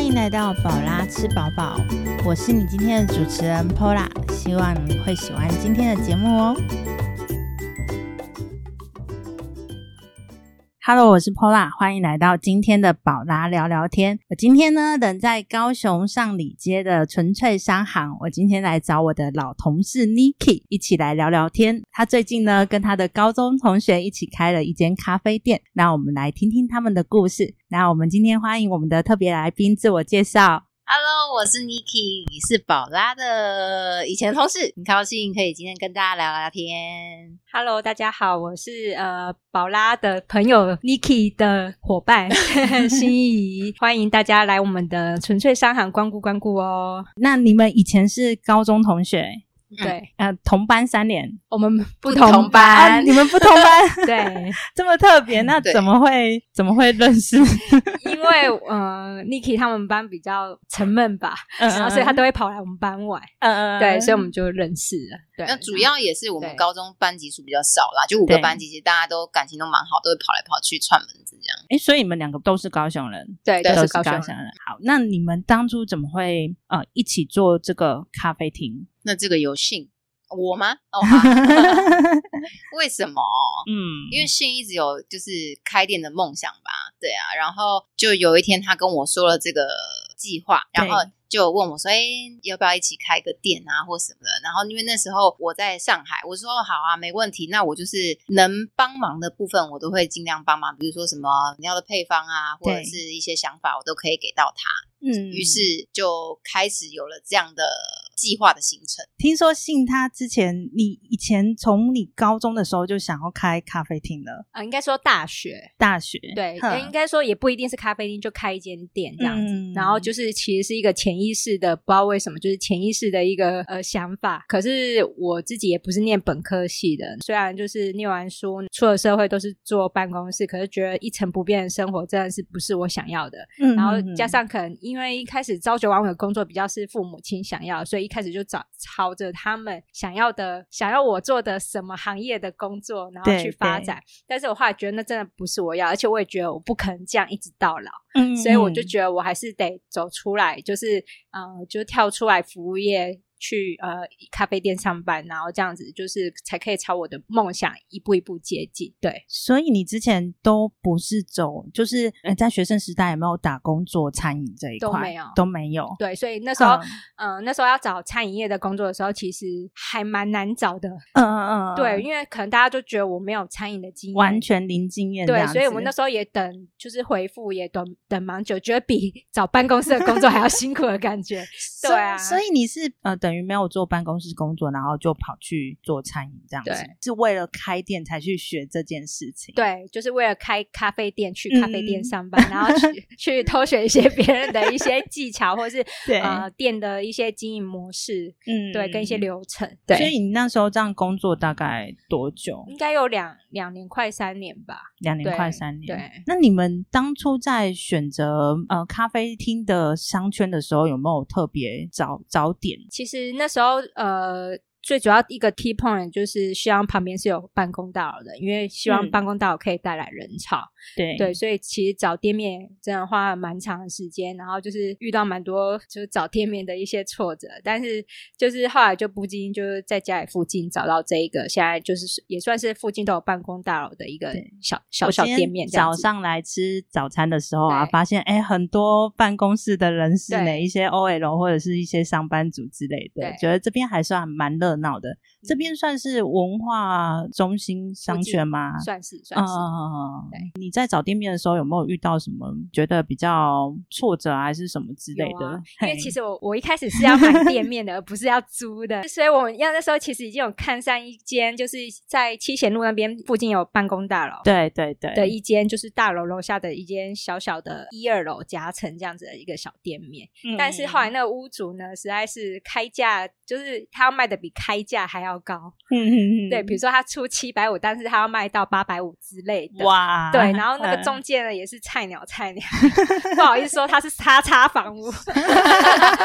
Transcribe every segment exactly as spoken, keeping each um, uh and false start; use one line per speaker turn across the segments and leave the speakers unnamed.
迎来到宝拉吃饱饱，我是你今天的主持人 Pola， 希望你会喜欢今天的节目哦。Hello， 我是 Pola， 欢迎来到今天的宝拉聊聊天。我今天呢人在高雄上里街的纯粹商行，我今天来找我的老同事 Niki 一起来聊聊天。他最近呢跟他的高中同学一起开了一间咖啡店，那我们来听听他们的故事。那我们今天欢迎我们的特别来宾自我介绍。
Hello， 我是 Niki， 是宝拉的以前的同事，很高兴可以今天跟大家聊聊天。
Hello， 大家好，我是呃宝拉的朋友 Niki 的伙伴心怡，欢迎大家来我们的纯粹商行光顾光顾哦。
那你们以前是高中同学？
对，
呃，同班三年，
我们不
同
同
班、
啊、你们不同班，
对，
这么特别，那怎么会怎么会认识？
因为呃 ，Niki 他们班比较沉闷吧，嗯、然后所以他都会跑来我们班玩，嗯嗯，对，所以我们就认识了。对，
那主要也是我们高中班级数比较少啦，就五个班级，其实大家都感情都蛮好，都会跑来跑去串门子这样。
诶，所以你们两个都是高雄人，
对，
都
是
高雄人。好，那你们当初怎么会呃一起做这个咖啡厅？
那这个有幸。我吗？哦，为什么？嗯，因为信一直有就是开店的梦想吧，对啊，然后就有一天他跟我说了这个计划，然后就问我说：“哎，要不要一起开个店啊，或什么的？”然后因为那时候我在上海，我说：“好啊，没问题。”那我就是能帮忙的部分，我都会尽量帮忙，比如说什么你要的配方啊，或者是一些想法，我都可以给到他。嗯，于是就开始有了这样的计划的行程。
听说信他之前，你以前从你高中的时候就想要开咖啡厅了
啊、呃？应该说大学，
大学
对，应该说也不一定是咖啡厅，就开一间店这样子。嗯、然后就是其实是一个潜意识的，不知道为什么，就是潜意识的一个呃想法。可是我自己也不是念本科系的，虽然就是念完书出了社会都是坐办公室，可是觉得一成不变的生活真的是不是我想要的。嗯、然后加上可能因为一开始朝九晚五的工作比较是父母亲想要，所以一开始就找朝着他们想要的想要我做的什么行业的工作然后去发展，但是我后来觉得那真的不是我要，而且我也觉得我不可能这样一直到老，嗯，所以我就觉得我还是得走出来，就是呃，就跳出来服务业去呃咖啡店上班，然后这样子就是才可以朝我的梦想一步一步接近。对，
所以你之前都不是走就是呃在学生时代有没有打工做餐饮这一块？
都没有，
都没有。
对，所以那时候嗯、呃，那时候要找餐饮业的工作的时候其实还蛮难找的。嗯嗯嗯，对，因为可能大家就觉得我没有餐饮的经验，
完全零经验。
对，所以我们那时候也等就是回复也等等蛮久，觉得比找办公室的工作还要辛苦的感觉。对啊，
所以你是呃等于没有做办公室工作，然后就跑去做餐饮这样子，是为了开店才去学这件事情。
对，就是为了开咖啡店，去咖啡店上班，嗯、然后去去偷学一些别人的一些技巧，或是呃店的一些经营模式，嗯，对，跟一些流程。对，
所以你那时候这样工作大概多久？
应该有两两年，快三年吧。
两年快三年。
对，
那你们当初在选择呃咖啡厅的商圈的时候，有没有特别找找点？
其实那时候呃最主要一个 key point 就是希望旁边是有办公大楼的，因为希望办公大楼可以带来人潮。嗯、对对，所以其实找店面真的花了蛮长的时间，然后就是遇到蛮多就是找店面的一些挫折，但是就是后来就不禁就是在家里附近找到这一个现在就是也算是附近都有办公大楼的一个小小小店面这样子。
早上来吃早餐的时候啊，发现哎很多办公室的人士呢，一些 O L 或者是一些上班族之类的，觉得这边还算蛮热闹的。这边算是文化中心商圈吗？
算是算是、
嗯、你在找店面的时候有没有遇到什么觉得比较挫折还是什么之类的？
啊、因为其实我我一开始是要买店面的而不是要租的，所以我们要那时候其实已经有看上一间就是在七贤路那边附近有办公大楼，
对对对
的一间就是大楼楼下的一间小小的一二楼夹层这样子的一个小店面、嗯、但是后来那个屋主呢实在是开价就是他要卖的比开价还要高，嗯嗯嗯，对，比如说他出七百五，但是他要卖到八百五之类的，哇，对，然后那个中介呢、嗯、也是菜鸟菜鸟，不好意思说他是叉叉房屋，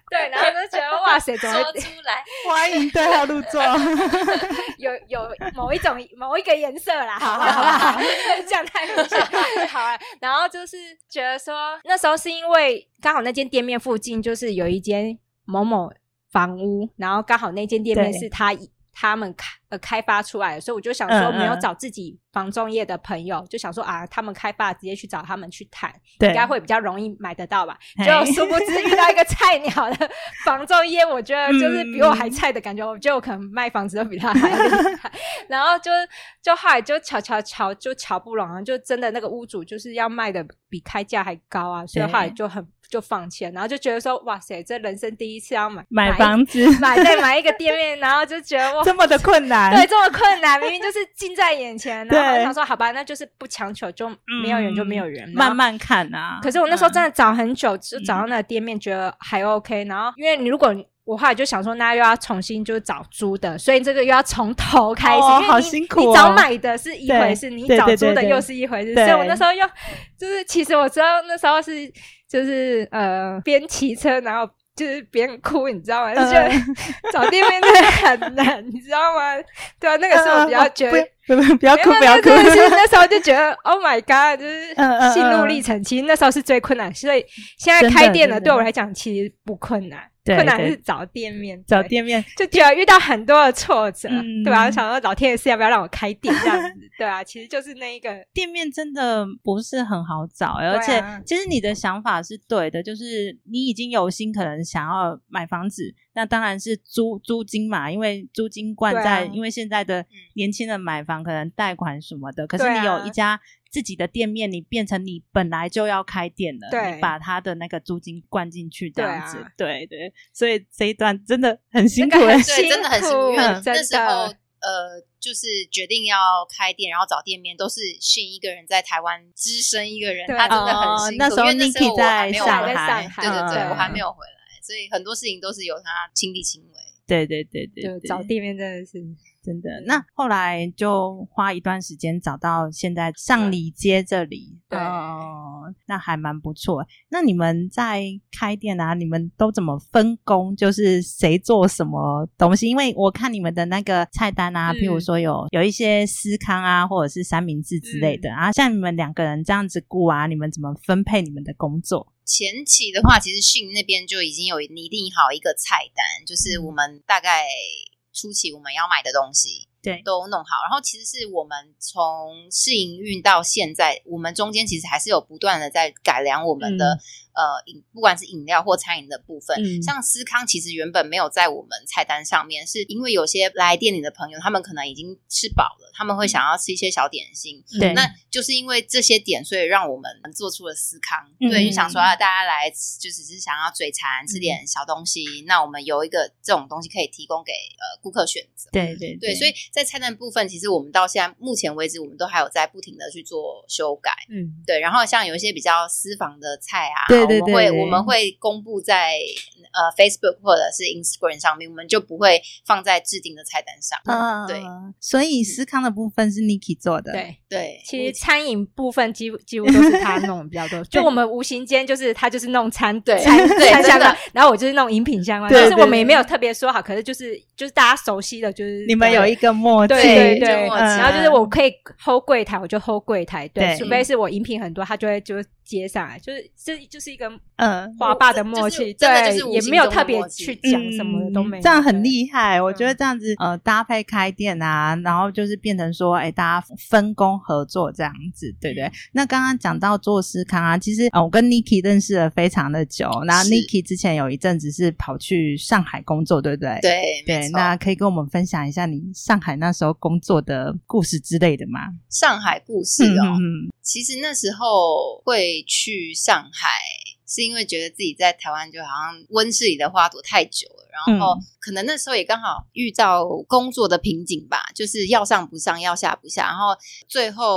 对，然后就觉得哇塞，怎么
说出来，
欢迎对号入座，
有有某一种某一个颜色啦，好不好？好不好？这样太明显，好啊。然后就是觉得说，那时候是因为刚好那间店面附近就是有一间某某房屋，然后刚好那间店面是他他们开呃开发出来的，所以我就想说没有找自己房仲业的朋友，嗯嗯就想说啊，他们开发直接去找他们去谈，应该会比较容易买得到吧。就殊不知遇到一个菜鸟的房仲业，我觉得就是比我还菜的感觉，我觉得我可能卖房子都比他还厉害。然后就就后来就瞧瞧瞧就瞧不拢，就真的那个屋主就是要卖的比开价还高啊，所以后来就很就放弃了，然后就觉得说哇塞，这人生第一次要买
买房子，
买再买一个店面，然后就觉得哇
这么的困难，
对，这么困难，明明就是近在眼前，然后我想说好吧，那就是不强求，就没有人就没有人，
嗯、慢慢看啊。
可是我那时候真的找很久，嗯、就找到那个店面，觉得还 OK，然后因为你如果我后来就想说，那又要重新就是找租的，所以这个又要从头开始，
哦、
因为你
好辛苦、哦、
你找买的是一回事，你找租的又是一回事，所以我那时候又就是其实我知道那时候是就是呃边骑车然后就是边哭，你知道吗？就觉得找店面真的很难，你知道吗？对啊，那个是我比较觉得。
不不不要哭不要哭，
那时候就觉得 Oh my God， 就是心路历程，其实那时候是最困难，所以现在开店了对我来讲其实不困难，困难是找店面，
找店面
就觉得遇到很多的挫折，
嗯、
对吧、啊？想说老天爷是要不要让我开店这样子，对啊，其实就是那一个
店面真的不是很好找，而且其实你的想法是对的，就是你已经有心可能想要买房子，那当然是租租金嘛，因为租金灌在、啊、因为现在的年轻人买房可能贷款什么的，可是你有一家自己的店面，你变成你本来就要开店了，
对，
你把他的那个租金灌进去这样子，
对、啊、
对对，所以这一段真的很辛苦，
那个、很
对，真的很辛苦。
嗯、
那时候呃，就是决定要开店，然后找店面，都是信一个人在台湾只身一个人，他真的很辛苦。哦、
那时候 Niki 在
上海，
上海，对对对，
嗯、
我还没有回来，所以很多事情都是由他亲力亲为。
对对对 对, 对，
就找店面真的是
真的。那后来就花一段时间找到现在上里街这里，
对，
哦，那还蛮不错。那你们在开店啊，你们都怎么分工？就是谁做什么东西？因为我看你们的那个菜单啊，嗯、譬如说有有一些司康啊，或者是三明治之类的、嗯、啊，像你们两个人这样子顾啊，你们怎么分配你们的工作？
前期的话，其实信那边就已经有拟定好一个菜单，就是我们大概初期我们要买的东西，
对，
都弄好。然后其实是我们从试营运到现在，我们中间其实还是有不断的在改良我们的、嗯、呃饮，不管是饮料或餐饮的部分。嗯、像司康其实原本没有在我们菜单上面，是因为有些来店里的朋友，他们可能已经吃饱了，他们会想要吃一些小点心。
对、嗯，
那就是因为这些点，所以让我们做出了司康。嗯、对，就想说啊，大家来就只是想要嘴馋，吃点小东西，嗯、那我们有一个这种东西可以提供给呃顾客选择。
对对 对,
对，所以在菜单部分，其实我们到现在目前为止，我们都还有在不停的去做修改。嗯，对。然后像有一些比较私房的菜啊，
对对 对, 对，
我们会我们会公布在呃 Facebook 或者是 Instagram 上面，我们就不会放在制定的菜单上。嗯，对。
所以司康的部分是 Niki 做的。
对
对，
其实餐饮部分几乎几乎都是他弄的比较多，就我们无形间就是他就是弄餐
对
餐
对
餐相关，然后我就是弄饮品相关，但是我们也没有特别说好，可是就是就是大家熟悉的，就是
你们有一个默契，
对对对，
嗯、
然后就是我可以 hold 柜台，我就 hold 柜台，对，对除非是我饮品很多，他就会就接上来，就是这就是一个嗯花爸的默契，
就是、
对，
就是
也没有特别去讲什么的、嗯、都没有，
这样很厉害。我觉得这样子呃搭配开店啊，然后就是变成说，哎，大家分工合作这样子，对不对？嗯、那刚刚讲到做司康啊，其实呃我跟 Niki 认识了非常的久，然后 Niki 之前有一阵子是跑去上海工作，对不对？
对
对，那可以跟我们分享一下你上海那时候工作的故事之类的吗？
上海故事哦，
嗯嗯
其实那时候会去上海，是因为觉得自己在台湾就好像温室里的花朵太久了，然后可能那时候也刚好遇到工作的瓶颈吧，就是要上不上，要下不下，然后最后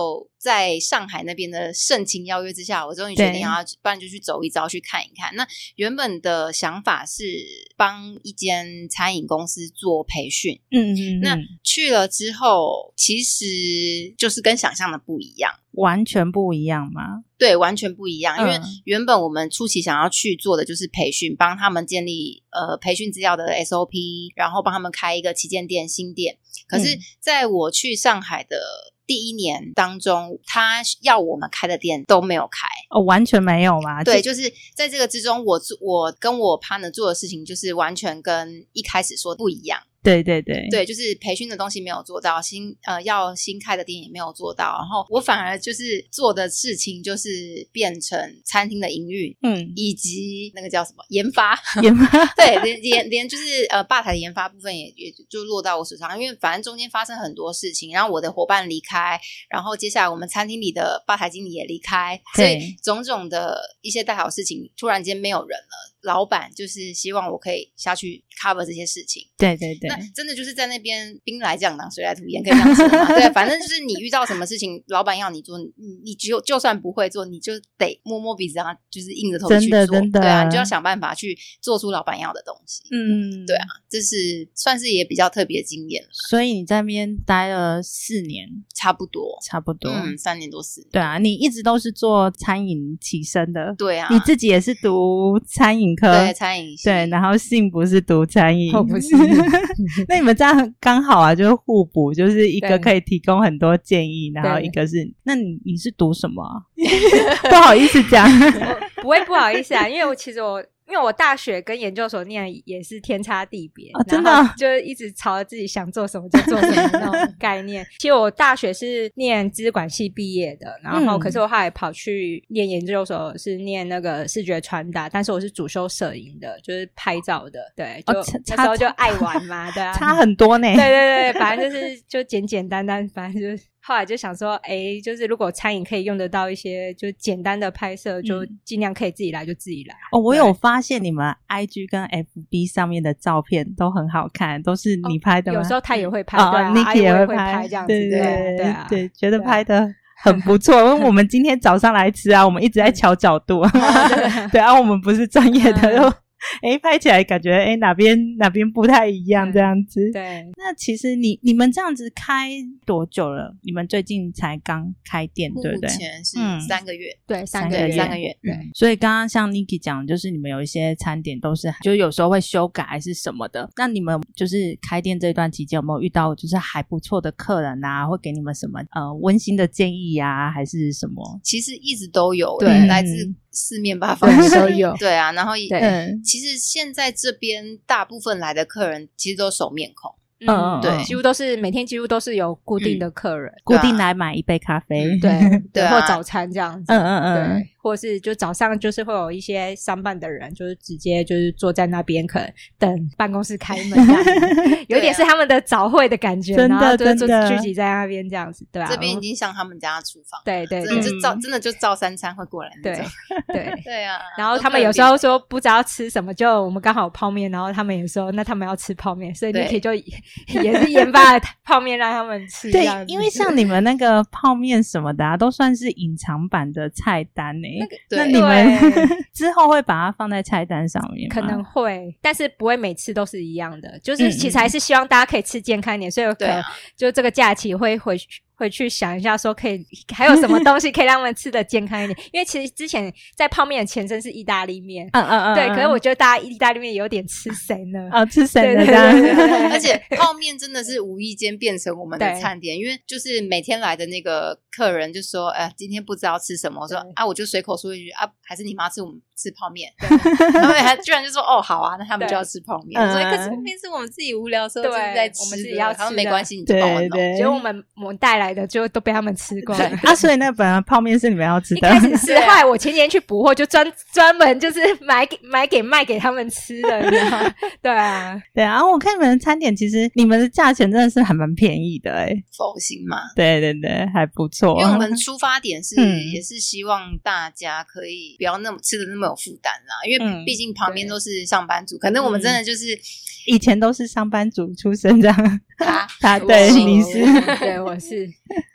在上海那边的盛情邀约之下，我终于决定要不然就去走一遭去看一看。那原本的想法是帮一间餐饮公司做培训，
嗯嗯嗯，
那去了之后其实就是跟想象的不一样。
完全不一样吗？
对，完全不一样。因为
嗯
原本我们初期想要去做的就是培训，帮他们建立呃培训资料的 S O P， 然后帮他们开一个旗舰店新店。可是在我去上海的第一年当中，他要我们开的店都没有开。
哦，完全没有吗？
对，就是在这个之中，我我跟我 partner 做的事情就是完全跟一开始说不一样。
对对对
对，就是培训的东西没有做到，新呃要新开的店也没有做到，然后我反而就是做的事情就是变成餐厅的营运，
嗯，
以及那个叫什么研发，
研发
对，连连连就是呃吧台的研发部分也也就落到我手上，因为反正中间发生很多事情，然后我的伙伴离开，然后接下来我们餐厅里的吧台经理也离开，所以种种的一些大小事情突然间没有人了。老板就是希望我可以下去 cover 这些事情，
对对对，
那真的就是在那边兵来将挡，水来土掩，可以这样说吗？对，反正就是你遇到什么事情，老板要你做，你你就就算不会做，你就得摸摸鼻子，然后就是硬着头皮去做，
真的真的
对啊，你就要想办法去做出老板要的东西。
嗯，
对啊，这是算是也比较特别的经验了。
所以你在那边待了四年，
差不多，
差不多，
嗯，三年多四年。
对啊，你一直都是做餐饮起身的，
对啊，
你自己也是读餐饮科，
对，餐饮系，
对，然后信不是读餐饮，
哦不是
那你们这样刚好啊，就是互补，就是一个可以提供很多建议，然后一个是，那你你是读什么、啊？不好意思讲，
不会不好意思啊，因为我其实我。因为我大学跟研究所念也是天差地别、
哦、真的、啊、
就一直朝着自己想做什么就做什么那种概念。其实我大学是念资管系毕业的，然后可是我后来跑去念研究所是念那个视觉传达，但是我是主修摄影的，就是拍照的。对，就、哦、那时候就爱玩嘛，对啊，
差很多呢。
对对对，反正就是就简简单单，反正就是。后来就想说，诶，就是如果餐饮可以用得到一些就简单的拍摄，就尽量可以自己来就自己来。
哦，我有发现你们 I G 跟 F B 上面的照片都很好看，都是你拍的吗？
哦、有时候他也会拍，
哦、
对啊
Niki 也
会
拍
这样子，
对对
对对、啊、
对，觉得拍的很不错。因为我们今天早上来吃啊，我们一直在调角度，对啊，我们不是专业的。嗯诶拍起来感觉诶哪边哪边不太一样这样子。
对，
那其实你你们这样子开多久了？你们最近才刚开店对不对？
目前是三个月、
嗯、对
三个月三个月
对、嗯、所以刚刚像 Niki 讲就是你们有一些餐点都是就是有时候会修改还是什么的，那你们就是开店这段期间有没有遇到就是还不错的客人啊，会给你们什么呃温馨的建议啊还是什么？
其实一直都有，
对，
来自四面八方
都有
对啊，然后
对、
嗯、其实现在这边大部分来的客人其实都熟面孔，
嗯，对，几乎都是每天几乎都是有固定的客人，
嗯、固定来买一杯咖啡，
对
对、
啊，或早餐这样子，
嗯嗯嗯，
对，或是就早上就是会有一些商办的人，就是直接就是坐在那边，可能等办公室开门这样子，有点是他们的早会的感觉，
真的
然后就是
真的
聚集在那边这样子，对啊，
这边已经像他们家的厨房，
对对，
真的就照真的就照三餐会过来那种，
对对
对啊。
然后他们有时候说不知道吃什么，就我们刚好有泡面，然后他们也说那他们要吃泡面，所以 Niki 就也是研发了泡面让他们吃。
对，因为像你们那个泡面什么的啊，都算是隐藏版的菜单诶、欸
那个、
那你们之后会把它放在菜单上面吗？
可能会，但是不会每次都是一样的，就是其实还是希望大家可以吃健康一点，所以我可能就这个假期会回去回去想一下说可以还有什么东西可以让他们吃的健康一点。因为其实之前在泡面的前身是意大利面，
嗯嗯嗯，
对，可是我觉得大家意大利面有点吃神了，
哦，吃神了，
对对对对对，
而且泡面真的是无意间变成我们的餐点，因为就是每天来的那个客人就说，哎，今天不知道吃什么，我说啊，我就随口说一句啊，还是你妈吃我们吃泡面，然后他居然就说哦好啊，那他们就要吃泡面，所以可是泡面是我们自己无聊的时候就是在吃，
我们自己要吃，
然后没关系，你就帮我弄，
结果我们我们带来的就都被他们吃光了
啊，所以那本来泡面是你们要吃的，
一开始是，后来我前年去补货就专专门就是买给买给卖给他们吃的，你知道吗？对啊，
对啊，我看你们的餐点其实你们的价钱真的是还蛮便宜的诶，
佛心嘛，
对对对，还不错，
因为我们出发点是、嗯、也是希望大家可以不要那么吃的那么有负担啦，因为毕竟旁边都是上班族，可能我们真的就是、嗯、
以前都是上班族出身这样，
他
他对你是
对我是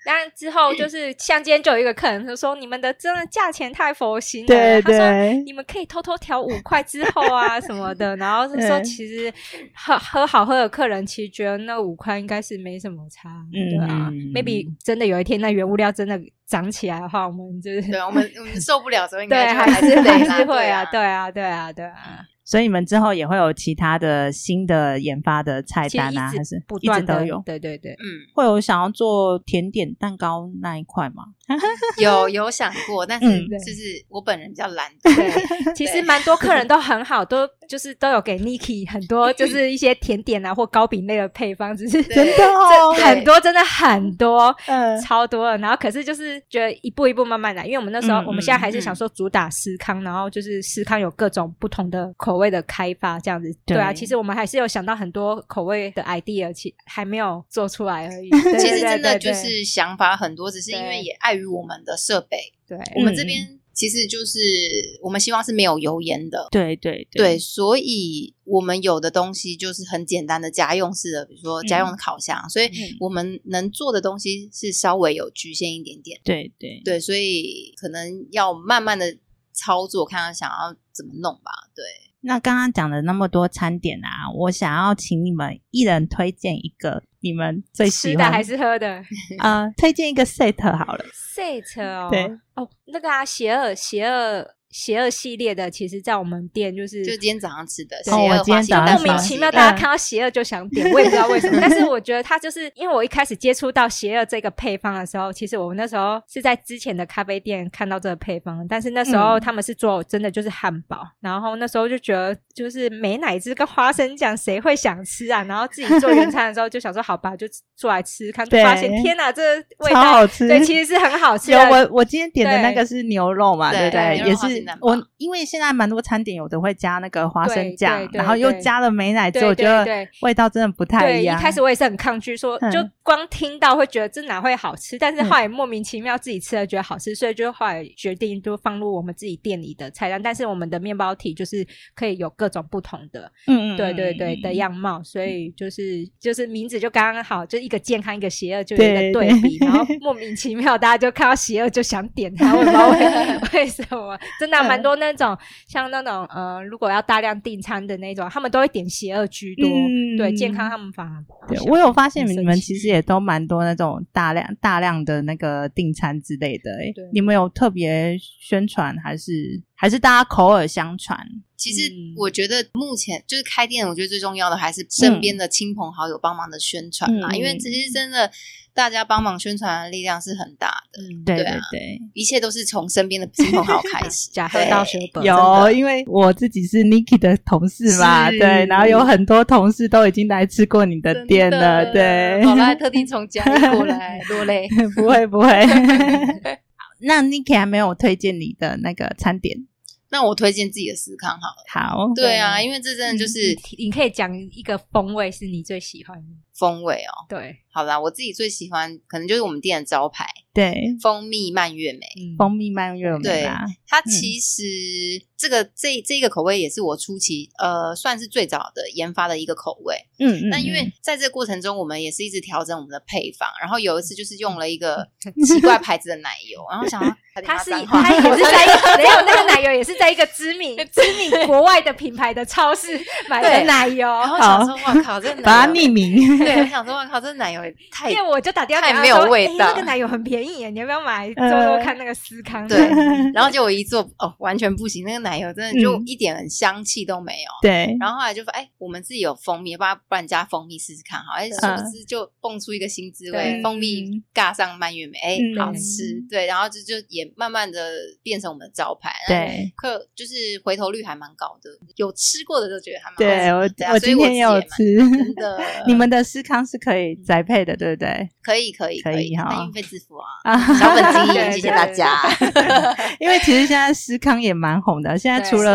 当然之后就是像今天就有一个客人就说你们的真的价钱太佛心了，
对对，
他说你们可以偷偷调五块之后啊什么的，然后就说其实喝喝好喝的客人其实觉得那五块应该是没什么差，嗯、对啊 maybe 真的有一天那原物料真的涨起来的话，我们就是
对我们我们受不了的时候应
对
该就
还是还是会
啊，
对啊对啊对啊。
所以你们之后也会有其他的新的研发的菜单啊，还是
不断的
一直都有？
对对对，
嗯，
会有想要做甜点蛋糕那一块吗？
有有想过，但是就是我本人比较懒。
对，其实蛮多客人都很好，都就是都有给 Niki 很多就是一些甜点啊或糕饼类的配方，只是
真的哦，
很多真的很多，
嗯，
超多的。然后可是就是觉得一步一步慢慢来，因为我们那时候、
嗯、
我们现在还是想说主打司康，嗯、然后就是司康有各种不同的口味的开发这样子。对, 对啊，其实我们还是有想到很多口味的 idea， 其还没有做出来而已。
其实真的就是想法很多，只是因为也碍于我们的设备。
对，
我们这边。嗯其实就是我们希望是没有油烟的，
对对
对, 对，所以我们有的东西就是很简单的家用式的，比如说家用的烤箱，嗯、所以我们能做的东西是稍微有局限一点点，
对对
对，所以可能要慢慢的操作，看看想要怎么弄吧，对。
那刚刚讲了那么多餐点啊，我想要请你们一人推荐一个你们最喜欢
吃的还是喝的？
呃，推荐一个 set 好了。
set 哦，
对
哦，那个啊，邪恶邪恶邪恶系列的，其实在我们店就是
就今天早上吃的。
哦，我今天早上
莫名其妙，大家看到邪恶就想点，我也不知道为什么。但是我觉得它就是因为我一开始接触到邪恶这个配方的时候，其实我们那时候是在之前的咖啡店看到这个配方，但是那时候他们是做真的就是汉堡，嗯、然后那时候就觉得就是美乃滋跟花生酱谁会想吃啊？然后自己做原餐的时候就想说好吧，就做来吃看，发现天哪，这个味道
超好吃，
对，其实是很好吃的。
有我我今天点的那个是牛肉嘛，对不 对, 对？也是我因为现在蛮多餐点有的会加那个花生酱，然后又加了美乃滋，我觉得味道真的不太一样。
对，一开始我也是很抗拒说，说、嗯、就光听到会觉得这哪会好吃，但是后来莫名其妙自己吃了觉得好吃，所以就后来决定就放入我们自己店里的菜单。但是我们的面包体就是可以有各种不同的，嗯嗯，对对对的样貌，所以就是就是名字就刚刚好，就一个健康一个邪恶就有一个对比，对对，然后莫名其妙大家就看到邪恶就想点它，我也不知道 为, 为什么，真的蛮、啊、多那种。像那种呃，如果要大量订餐的那种，他们都会点邪恶居多，嗯、对健康他们反而
对。我有发现你们其实也都蛮多那种大量大量的那个订餐之类的，诶，你们有特别宣传还是还是大家口耳相传？
其实我觉得目前就是开店，我觉得最重要的还是身边的亲朋好友帮忙的宣传啦，嗯、因为其实真的大家帮忙宣传的力量是很大的，
嗯、对对对，
一切都是从身边的亲朋好友开始。
假喝到血本
有，因为我自己是 Niki 的同事嘛，对，然后有很多同事都已经来吃过你的店了，对，
好啦，特地从家里过来落泪，
不会不会。那 Niki 还没有推荐你的那个餐点。
那我推荐自己的司康好了。
好，
对啊，因为这真的就是、
嗯、你可以讲一个风味是你最喜欢的
风味哦。
对，
好啦，我自己最喜欢可能就是我们店的招牌，
对，
蜂蜜蔓越莓，
嗯、蜂蜜蔓越莓，
对，它其实、嗯、这个这这一个口味也是我初期呃算是最早的研发的一个口味，嗯嗯，那因为在这个过程中我们也是一直调整我们的配方，然后有一次就是用了一个奇怪牌子的奶油，然后想要
它是它也是在一个没有那个奶油也是在一个知名知名国外的品牌的超市买的奶油，
然后想说哇靠，这个奶油
把它匿名，
对，我想说哇靠，这个奶油也太，
因为我就打电话
太没有味道，
欸、那个奶油很便宜耶，你要不要买做做看那个司康？
对，然后结果一做哦，完全不行，那个奶油真的就一点香气都没有。
对、嗯，
然后后来就说，哎，我们自己有蜂蜜，不然不然加蜂蜜试试看好，哎，殊不知就蹦出一个新滋味，蜂蜜尬上蔓越莓，哎、嗯，好吃，对，然后就就也慢慢的变成我们的招牌，
对，
客就是回头率还蛮高的，有吃过的都觉得还蛮好
吃。对，我我今天也有吃，
真的，
你们的司康是可以宅配的，对不对？
可以，可以，
可以哈，
但运费自负啊，小本经营，谢谢大家。
因为其实现在司康也蛮红的，现在除了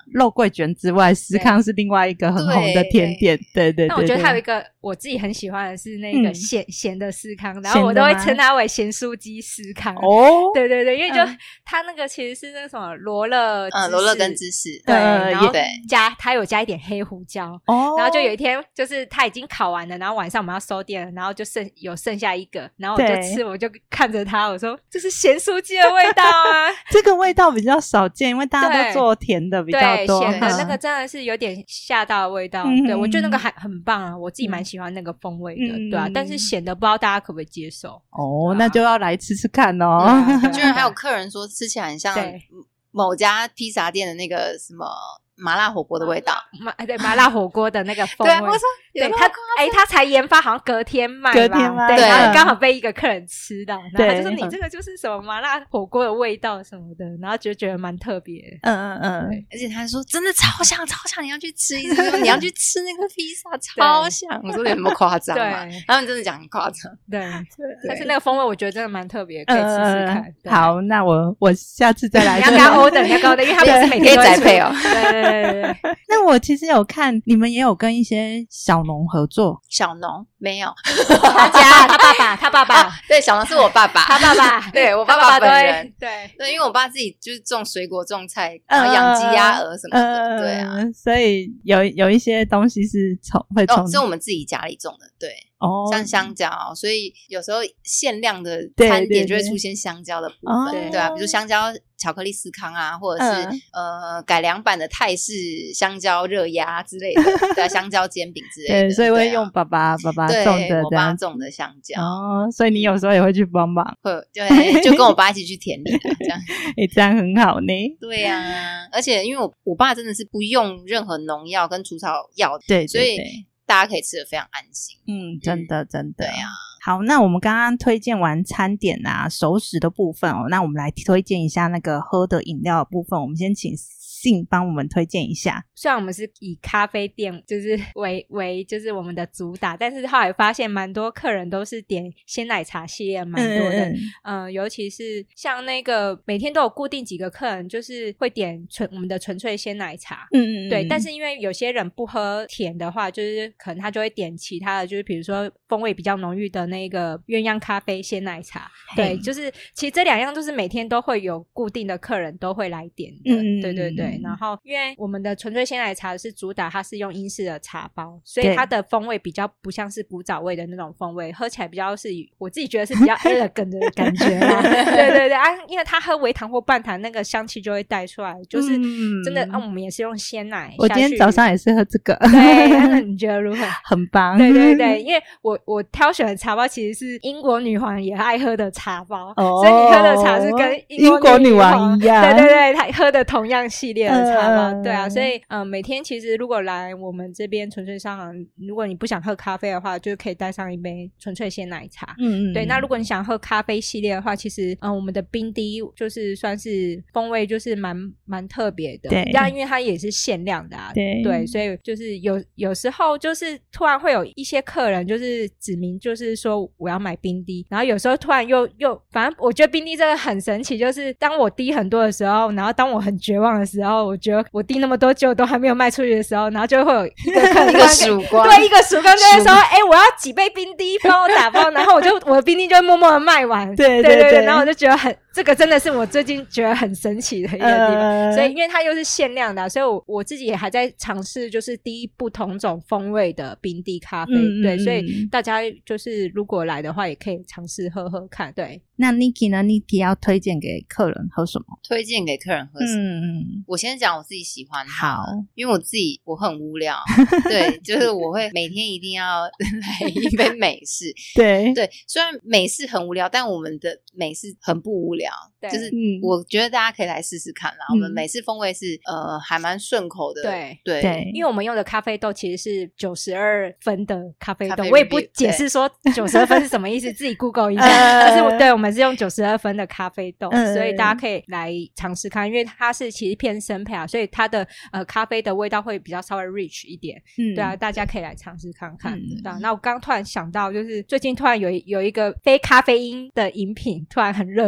肉桂卷之外，司康是另外一个很红的甜点。对对对。
那我觉得还有一个我自己很喜欢的是那个咸、嗯、咸的司康，然后我都会称它为咸酥鸡司康。哦，对对对，因为就、嗯、它那个其实是那个什么罗勒，
嗯，罗勒跟芝士，
对，然后加它有加一点黑胡椒。哦，然后就有一天就是它已经烤完了，然后晚上我们要收店了，然后就剩有剩下一个，然后我就吃，我就看着它，我说这是咸酥鸡的味道啊。
这个味道比较少见，因为大家都做甜的比较多。
对，咸的那个真的是有点吓到的味道。嗯、对，我觉得那个还很棒啊，我自己蛮喜欢那个风味的，嗯、对啊。但是咸的不知道大家可不可以接受。
哦，啊、那就要来吃吃看哦。
居然还有客人说吃起来很像某家披萨店的那个什么麻辣火锅的味道，
麻对麻辣火锅的那个风味。
对，我说
对他，哎、欸，他才研发，好像隔天卖吧，
隔天卖，
对，然后刚好被一个客人吃到，然后他就说你这个就是什么麻辣火锅的味道什么的，然后就觉得蛮特别。
嗯嗯嗯，
而且他说真的超像超像，你要去吃一次，你要去吃那个披萨，超像。我说有那么夸张吗？他们真的讲很夸张。
对，但是那个风味我觉得真的蛮特别，可以试试看。
嗯、好，那我我下次再来。
你要跟他 order， 你要跟他 order， 因为他不是每天都
宅配哦。
对对对对。
那我其实有看你们也有跟一些小农合作。
小农没有，
他家他爸爸他爸爸、啊、
对，小农是我爸爸，
他爸爸
对我爸爸本人，
对
对，因为我爸自己就是种水果种菜，然后养鸡鸭鹅什么的，呃、对啊，
所以有有一些东西是从会从
哦，是我们自己家里种的，对。哦，像香蕉，所以有时候限量的餐点就会出现香蕉的部分， 对, 对, 对啊，比如香蕉巧克力司康啊，或者是、嗯、呃改良版的泰式香蕉热鸭之类的，对啊，香蕉煎饼之类的，
对，所以会用爸爸、啊、爸爸种的，
对，我爸种的香蕉
哦，所以你有时候也会去帮忙，
会，对，就跟我爸一起去田里的这样，
诶、欸，这样很好呢。
对啊，而且因为我我爸真的是不用任何农药跟除草药，
对，对，对，
所以大家可以吃得非常安心。
嗯，真的真的。
对啊。
好，那我们刚刚推荐完餐点啊、熟食的部分哦，那我们来推荐一下那个喝的饮料的部分。我们先请信帮我们推荐一下。
虽然我们是以咖啡店就是为为就是我们的主打，但是后来发现蛮多客人都是点鲜奶茶系列蛮多的，嗯、呃，尤其是像那个每天都有固定几个客人就是会点纯我们的纯粹鲜奶茶，嗯嗯，对。但是因为有些人不喝甜的话，就是可能他就会点其他的，就是比如说风味比较浓郁的那个鸳鸯咖啡鲜奶茶，对，就是其实这两样都是每天都会有固定的客人都会来点的，嗯、对对对。然后因为我们的纯粹鲜奶茶是主打它是用英式的茶包，所以它的风味比较不像是古早味的那种风味，喝起来比较是我自己觉得是比较 elegant 的感觉啦对对对啊，因为它喝微糖或半糖那个香气就会带出来，就是真的、嗯、啊，我们也是用鲜奶。
我今天早上也是喝这个，
对，那你觉得如何？
很棒。
对对对，因为我我挑选的茶包其实是英国女皇也爱喝的茶包，哦、所以你喝的茶是跟英国 女, 英国女王一样，对对对，她喝的同样系列的茶包，呃、对啊，所以嗯、呃，每天其实如果来我们这边纯粹商行，如果你不想喝咖啡的话，就可以带上一杯纯粹鲜奶茶。嗯嗯，对。那如果你想喝咖啡系列的话，其实嗯、呃，我们的冰滴就是算是风味就是蛮蛮特别的，对，因为它也是限量的啊，对对，所以就是有有时候就是突然会有一些客人就是指明就是说我要买冰滴，然后有时候突然又又反正我觉得冰滴这个很神奇，就是当我滴很多的时候，然后当我很绝望的时候，我觉得我滴那么多酒都还没有卖出去的时候，然后就会有一个客人
一个曙光，
对，一个曙光就会说哎、欸，我要几杯冰滴帮我打包然后我就我的冰滴就会默默的卖完，
对
对
对,
对, 对，然后我就觉得很这个真的是我最近觉得很神奇的一个地方、呃、所以因为它又是限量的、啊、所以我我自己也还在尝试就是滴不同种风味的冰滴咖啡、嗯、对，所以大家就是如果来的话也可以尝试喝喝看。对，
那 Niki 呢 Niki 要推荐给客人喝什么？
推荐给客人喝什么？嗯嗯，我先讲我自己喜欢的。好，因为我自己我很无聊对，就是我会每天一定要来一杯美式对对，虽然美式很无聊，但我们的美式很不无聊，就是我觉得大家可以来试试看啦、嗯、我们美式风味是呃还蛮顺口的。对
对, 对，因为我们用的咖啡豆其实是九十二分的咖啡豆，
咖啡
我也不解释说九十二分是什么意思自己 Google 一下但是我对我们是用九十二分的咖啡豆、呃、所以大家可以来尝试看，因为它是其实偏深焙啊，所以它的呃咖啡的味道会比较稍微 rich 一点、嗯、对啊，大家可以来尝试看看、嗯、对啊。那我刚突然想到就是最近突然有有一个非咖啡因的饮品突然很热销，就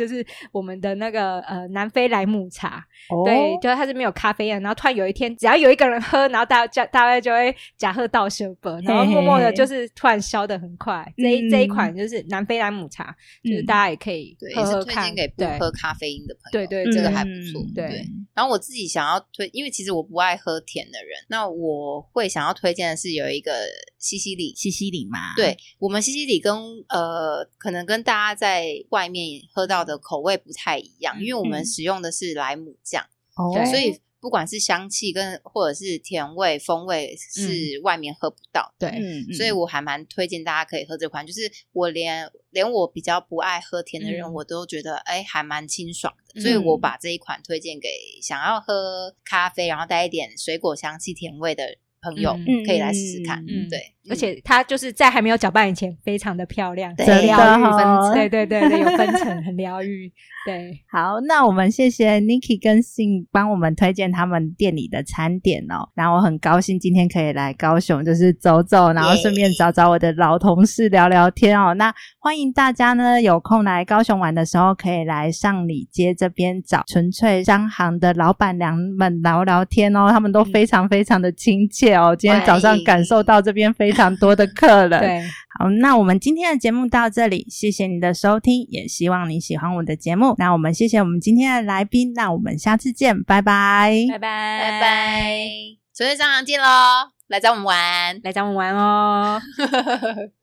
就是我们的那个呃南非莱姆茶，
哦、
对，就是它是没有咖啡因，然后突然有一天只要有一个人喝，然后大家大家就会假喝到手本，然后默默的就是突然消得很快。
嘿嘿
这一这一款就是南非莱姆茶，嗯、就是大家也可以喝喝看，
对，也是推荐给不喝咖啡因的朋友，
对对对，
这个还不错、
嗯、
对,
对。
然后我自己想要推，因为其实我不爱喝甜的人，那我会想要推荐的是有一个西西里，
西西里嘛，
对，我们西西里跟呃可能跟大家在外面喝到的口味不太一样，因为我们使用的是莱姆酱、嗯、所以不管是香气跟或者是甜味风味是外面喝不到的、
嗯、
对，所以我还蛮推荐大家可以喝这款，就是我连连我比较不爱喝甜的人、嗯、我都觉得哎还蛮清爽的、嗯、所以我把这一款推荐给想要喝咖啡然后带一点水果香气甜味的朋友、嗯、可以来试试看、嗯、对、
嗯、而且它就是在还没有搅拌以前非常的漂亮，
真的
疗愈分层，
对
对对对，有分层，很疗愈。对，
好，那我们谢谢 Niki 跟Sin 帮我们推荐他们店里的餐点哦。然后我很高兴今天可以来高雄，就是走走，然后顺便找找我的老同事聊聊天哦。那欢迎大家呢有空来高雄玩的时候，可以来上里街这边找纯粹商行的老板娘们聊聊天哦，他们都非常非常的亲切哦。今天早上感受到这边非常多的客人。
对，
好，那我们今天的节目到这里，谢谢你的收听，也希望你喜欢我的节目。那我们谢谢我们今天的来宾，那我们下次见，拜拜，
拜拜，
拜拜，纯粹商行见咯，来找我们玩，
来找我们玩哦。